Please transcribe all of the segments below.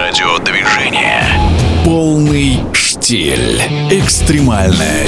Радиодвижение. Полный штиль. Экстремальная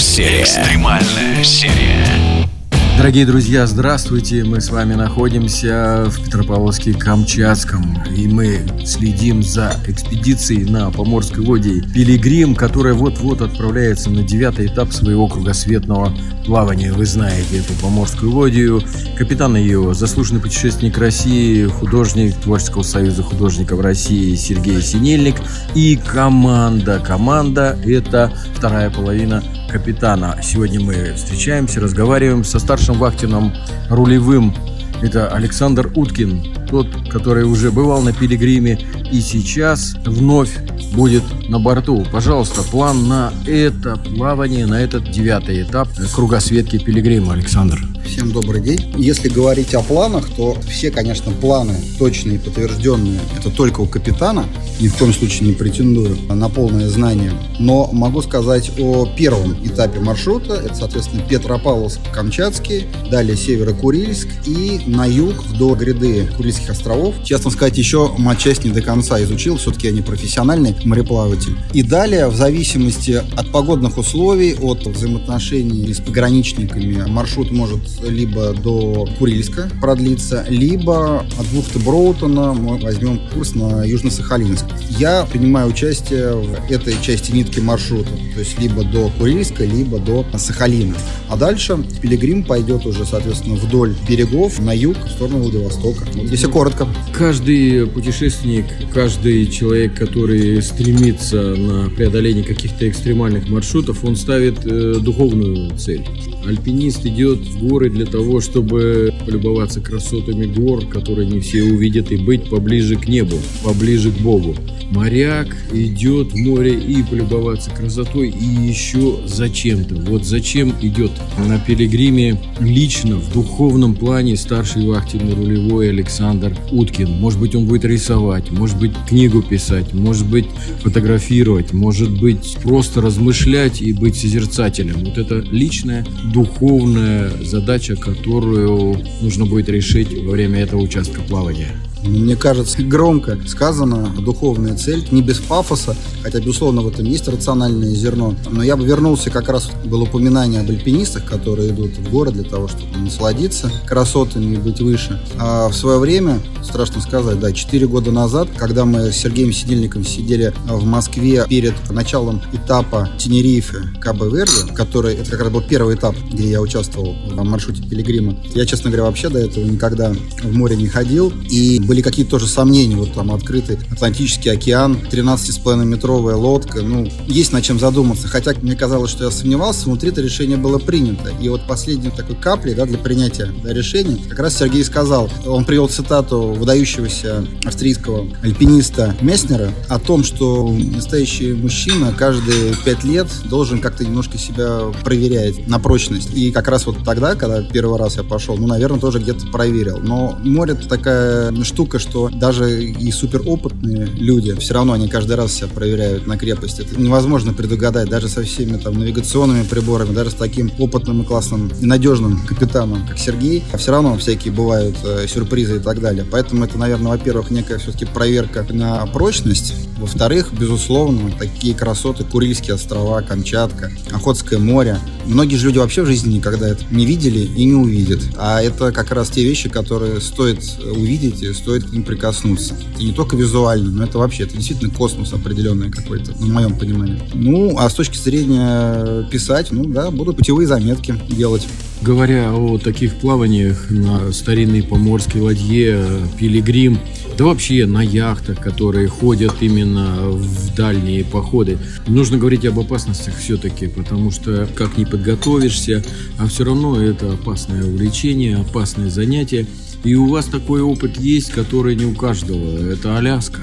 серия. Дорогие друзья, здравствуйте! Мы с вами находимся в Петропавловске-Камчатском, и мы следим за экспедицией на Поморской воде «Пилигрим», которая вот-вот отправляется на 9-й этап своего кругосветного плавания. Вы знаете эту Поморскую воду. Капитан ее — заслуженный путешественник России, художник Творческого союза художников России Сергей Синельник. И команда. Команда — это вторая половина капитана. Сегодня мы встречаемся, разговариваем со старшим вахтенным рулевым. Это Александр Уткин, тот, который уже бывал на «Пилигриме» и сейчас вновь будет на борту. Пожалуйста, план на это плавание, на этот 9-й этап кругосветки «Пилигрима», Александр. Всем добрый день. Если говорить о планах, то все, конечно, планы точные и подтвержденные, это только у капитана. Ни в коем случае не претендую на полное знание. Но могу сказать о первом этапе маршрута. Это, соответственно, Петропавловск-Камчатский, далее Северо-Курильск и на юг вдоль гряды Курильских островов. Честно сказать, еще матчасть не до конца изучил. Все-таки я не профессиональный мореплаватель. И далее, в зависимости от погодных условий, от взаимоотношений с пограничниками, маршрут может либо до Курильска продлиться, либо от бухты Броутона мы возьмем курс на Южно-Сахалинск. Я принимаю участие в этой части нитки маршрута, то есть либо до Курильска, либо до Сахалина. А дальше «Пилигрим» пойдет уже, соответственно, вдоль берегов на юг, в сторону Владивостока. Вот, если коротко. Каждый путешественник, каждый человек, который стремится на преодоление каких-то экстремальных маршрутов, он ставит духовную цель. Альпинист идет в горы для того, чтобы полюбоваться красотами гор, которые не все увидят, и быть поближе к небу, поближе к Богу. Моряк идет в море и полюбоваться красотой, и еще зачем-то. Вот зачем идет на «Пилигриме» лично в духовном плане старший вахтенный рулевой Александр Уткин. Может быть, он будет рисовать, может быть, книгу писать, может быть, фотографировать, может быть, просто размышлять и быть созерцателем. Вот это личная духовная задача, которую нужно будет решить во время этого участка плавания. Мне кажется, громко сказано, духовная цель, не без пафоса, хотя, безусловно, в этом есть рациональное зерно. Но я бы вернулся, как раз было упоминание об альпинистах, которые идут в горы для того, чтобы насладиться красотами и быть выше. А в свое время, страшно сказать, 4 года назад, когда мы с Сергеем Синельником сидели в Москве перед началом этапа Тенерифе Кабо-Верде, который, это как раз был первый этап, где я участвовал в маршруте «Пилигрима». Я, честно говоря, вообще до этого никогда в море не ходил, и были какие-то тоже сомнения, вот там открытый Атлантический океан, 13,5-метровая лодка, есть над чем задуматься, хотя мне казалось, что я сомневался, внутри это решение было принято, и вот последней такой каплей, для принятия решения, как раз Сергей сказал, он привел цитату выдающегося австрийского альпиниста Месснера о том, что настоящий мужчина каждые 5 лет должен как-то немножко себя проверять на прочность, и как раз вот тогда, когда первый раз я пошел, наверное, тоже где-то проверил, но море — это такая штука, что даже и суперопытные люди, все равно они каждый раз себя проверяют на крепость. Это невозможно предугадать, даже со всеми там навигационными приборами, даже с таким опытным и классным и надежным капитаном, как Сергей. А все равно всякие бывают сюрпризы и так далее. Поэтому это, наверное, во-первых, некая все-таки проверка на прочность. Во-вторых, безусловно, такие красоты: Курильские острова, Камчатка, Охотское море. Многие же люди вообще в жизни никогда это не видели и не увидят. А это как раз те вещи, которые стоит увидеть и стоит к ним прикоснуться. И не только визуально, но это вообще, это действительно космос определенный какой-то, в моем понимании. А с точки зрения писать, буду путевые заметки делать. Говоря о таких плаваниях на старинной поморской ладье «Пилигрим», да вообще на яхтах, которые ходят именно в дальние походы, нужно говорить об опасностях все-таки, потому что как ни подготовишься, а все равно это опасное увлечение, опасное занятие. И у вас такой опыт есть, который не у каждого. Это Аляска.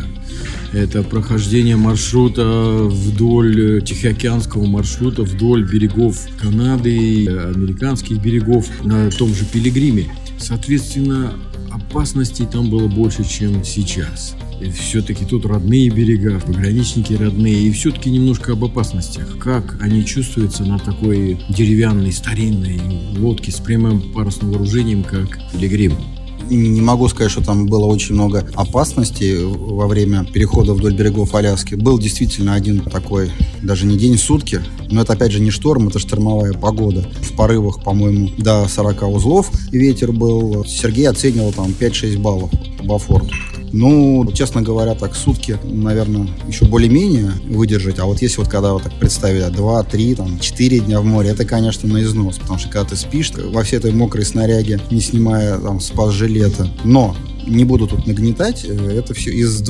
Это прохождение маршрута вдоль Тихоокеанского маршрута, вдоль берегов Канады, американских берегов на том же «Пилигриме». Соответственно, опасностей там было больше, чем сейчас. И все-таки тут родные берега, пограничники родные. И все-таки немножко об опасностях. Как они чувствуются на такой деревянной, старинной лодке с прямым парусным вооружением, как «Пилигрим»? Не могу сказать, что там было очень много опасностей во время перехода вдоль берегов Аляски. Был действительно один такой, даже не день, сутки, но это опять же не шторм, это штормовая погода. В порывах, по-моему, до 40 узлов ветер был. Сергей оценивал там 5-6 баллов по Бофорту. Ну, честно говоря, так сутки, наверное, еще более-менее выдержать. А вот если вот когда вот так представить 2, 3, 4 дня в море, это, конечно, на износ. Потому что когда ты спишь во всей этой мокрой снаряге, не снимая там спас-жилета. Но не буду тут нагнетать, это все из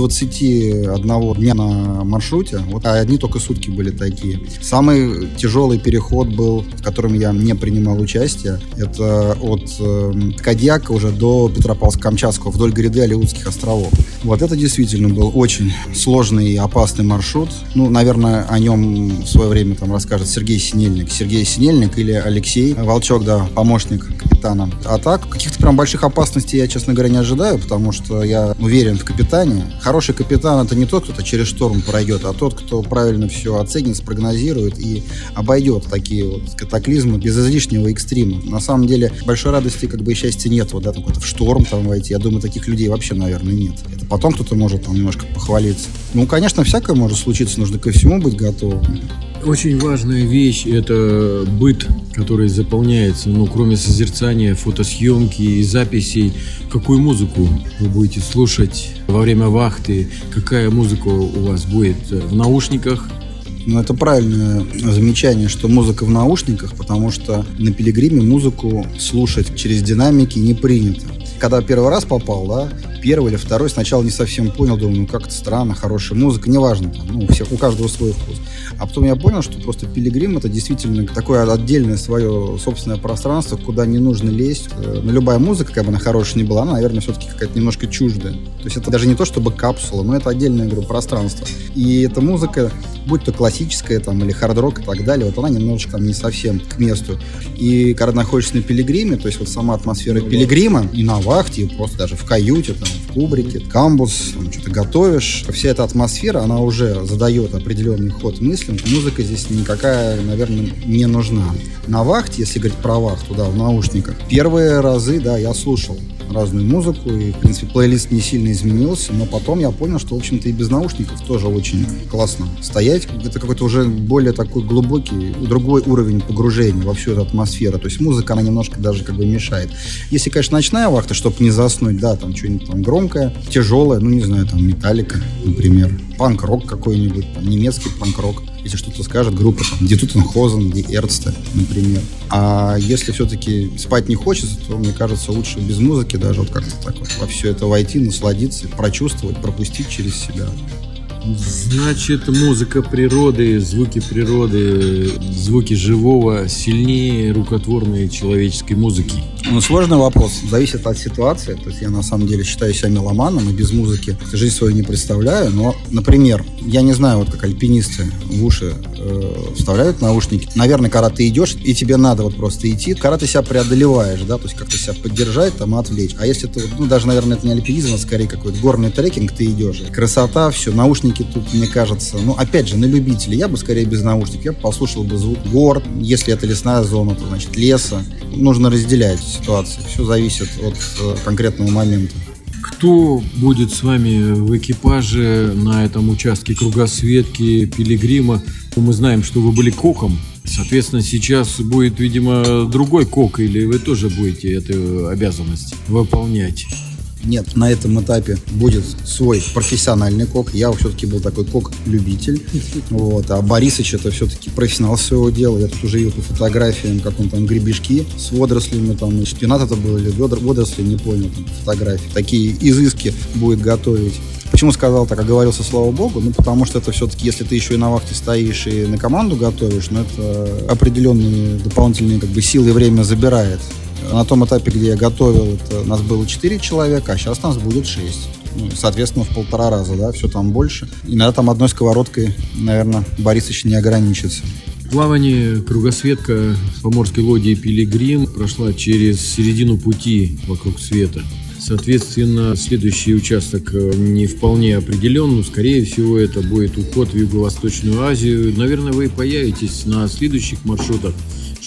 21 дня на маршруте, вот одни только сутки были такие. Самый тяжелый переход был, в котором я не принимал участие, это от Кадьяка уже до Петропавловска-Камчатского вдоль гряды Алеутских островов. Вот это действительно был очень сложный и опасный маршрут. Ну, наверное, о нем в свое время там расскажет Сергей Синельник. Сергей Синельник или Алексей Волчок, да, помощник капитана. А так, каких-то прям больших опасностей я, честно говоря, не ожидаю, потому что я уверен в капитане. Хороший капитан — это не тот, кто через шторм пройдет, а тот, кто правильно все оценит, спрогнозирует и обойдет такие вот катаклизмы без излишнего экстрима. На самом деле, большой радости как бы и счастья нет, вот, да, там, в шторм там войти. Я думаю, таких людей вообще, наверное, нет. Это потом кто-то может там немножко похвалиться. Ну, конечно, всякое может случиться, нужно ко всему быть готовым. Очень важная вещь – это быт, который заполняется, кроме созерцания, фотосъемки и записей. Какую музыку вы будете слушать во время вахты? Какая музыка у вас будет в наушниках? Ну, это правильное замечание, что музыка в наушниках, потому что на Пилигриме музыку слушать через динамики не принято. Когда первый раз попал, да, первый или второй, сначала не совсем понял, думаю, как-то странно, хорошая музыка, неважно, там, у каждого свой вкус. А потом я понял, что просто Пилигрим — это действительно такое отдельное свое собственное пространство, куда не нужно лезть. Но любая музыка, как бы она хорошая ни была, она, наверное, все-таки какая-то немножко чуждая. То есть это даже не то, чтобы капсула, но это отдельное, говорю, пространство. И эта музыка, будь то классическая там, или хард-рок и так далее, вот она немножечко там не совсем к месту. И когда находишься на Пилигриме, то есть вот сама атмосфера Пилигрима, и на вахте, и просто даже в каюте, там, в кубрике, камбус, там, что-то готовишь, вся эта атмосфера, она уже задает определенный ход мыслям. Музыка здесь никакая, наверное, не нужна. На вахте, если говорить про вахту, да, в наушниках, первые разы, да, я слушал разную музыку, и, в принципе, плейлист не сильно изменился, но потом я понял, что, в общем-то, и без наушников тоже очень классно стоять. Это какой-то уже более такой глубокий, другой уровень погружения во всю эту атмосферу. То есть музыка, она немножко даже как бы мешает. Если, конечно, ночная вахта, чтобы не заснуть, да, там что-нибудь там громкое, тяжелое, не знаю, там, Металлика, например, панк-рок какой-нибудь, там, немецкий панк-рок. Если что-то скажет группа, там, Die Totenhosen, Die Ärzte, например. А если все-таки спать не хочется, то, мне кажется, лучше без музыки даже вот как-то так вот во все это войти, насладиться, прочувствовать, пропустить через себя. Значит, музыка природы, звуки живого сильнее рукотворной человеческой музыки. Сложный вопрос, зависит от ситуации. То есть я на самом деле считаю себя меломаном и без музыки жизнь свою не представляю. Но, например, я не знаю, вот как альпинисты в уши вставляют наушники. Наверное, когда ты идешь, и тебе надо вот просто идти, когда ты себя преодолеваешь, да, то есть как-то себя поддержать, там, отвлечь. А если ты, даже, наверное, это не альпинизм, а скорее какой-то горный трекинг, ты идешь. Красота, все, наушники тут, мне кажется, опять же, на любителей. Я бы скорее без наушников, я бы послушал бы звук гор. Если это лесная зона, то, значит, леса. Нужно разделять ситуации. Все зависит от конкретного момента. Кто будет с вами в экипаже на этом участке кругосветки Пилигрима? Мы знаем, что вы были коком. Соответственно, сейчас будет, видимо, другой кок, или вы тоже будете эту обязанность выполнять? Нет, на этом этапе будет свой профессиональный кок. Я все-таки был такой кок-любитель. Вот. А Борисыч — это все-таки профессионал своего дела. Я тут уже видел по фотографиям, как он там гребешки с водорослями, там, шпинат это был или водоросли, не понял, там, фотографии. Такие изыски будет готовить. Почему сказал так, оговорился, слава богу? Потому что это все-таки, если ты еще и на вахте стоишь и на команду готовишь, это определенные дополнительные как бы силы и время забирает. На том этапе, где я готовил, у нас было 4 человека, а сейчас нас будет 6. Соответственно, в 1,5 раза, да, все там больше. И на этом одной сковородкой, наверное, Борисыч не ограничится. Плавание, кругосветка поморской лодии «Пилигрим» прошла через середину пути вокруг света. Соответственно, следующий участок не вполне определен, но, скорее всего, это будет уход в Юго-Восточную Азию. Наверное, вы появитесь на следующих маршрутах,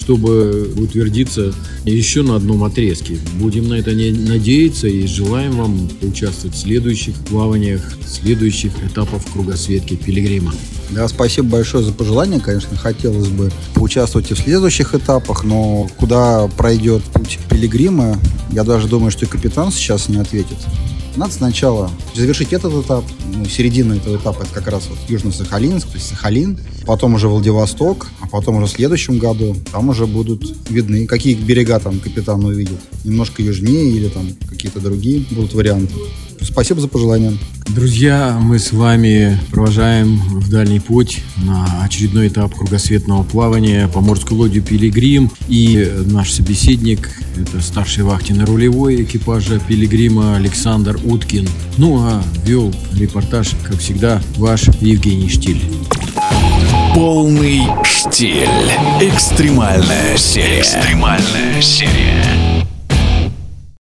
чтобы утвердиться еще на одном отрезке. Будем на это надеяться и желаем вам поучаствовать в следующих плаваниях, следующих этапах кругосветки Пилигрима. Да, спасибо большое за пожелание. Конечно, хотелось бы поучаствовать и в следующих этапах, но куда пройдет путь Пилигрима, я даже думаю, что и капитан сейчас не ответит. Надо сначала завершить этот этап. Середина этого этапа — это как раз вот Южно-Сахалинск, то есть Сахалин. Потом уже Владивосток, а потом уже в следующем году там уже будут видны, какие берега там капитан увидит. Немножко южнее или там какие-то другие будут варианты. Спасибо за пожелания. Друзья, мы с вами провожаем в дальний путь на очередной этап кругосветного плавания поморскую ладью «Пилигрим». И наш собеседник – это старший вахтенный рулевой экипажа «Пилигрима» Александр Уткин. Ну а вел репортаж, как всегда, ваш Евгений Штиль. Полный штиль. Экстремальная серия.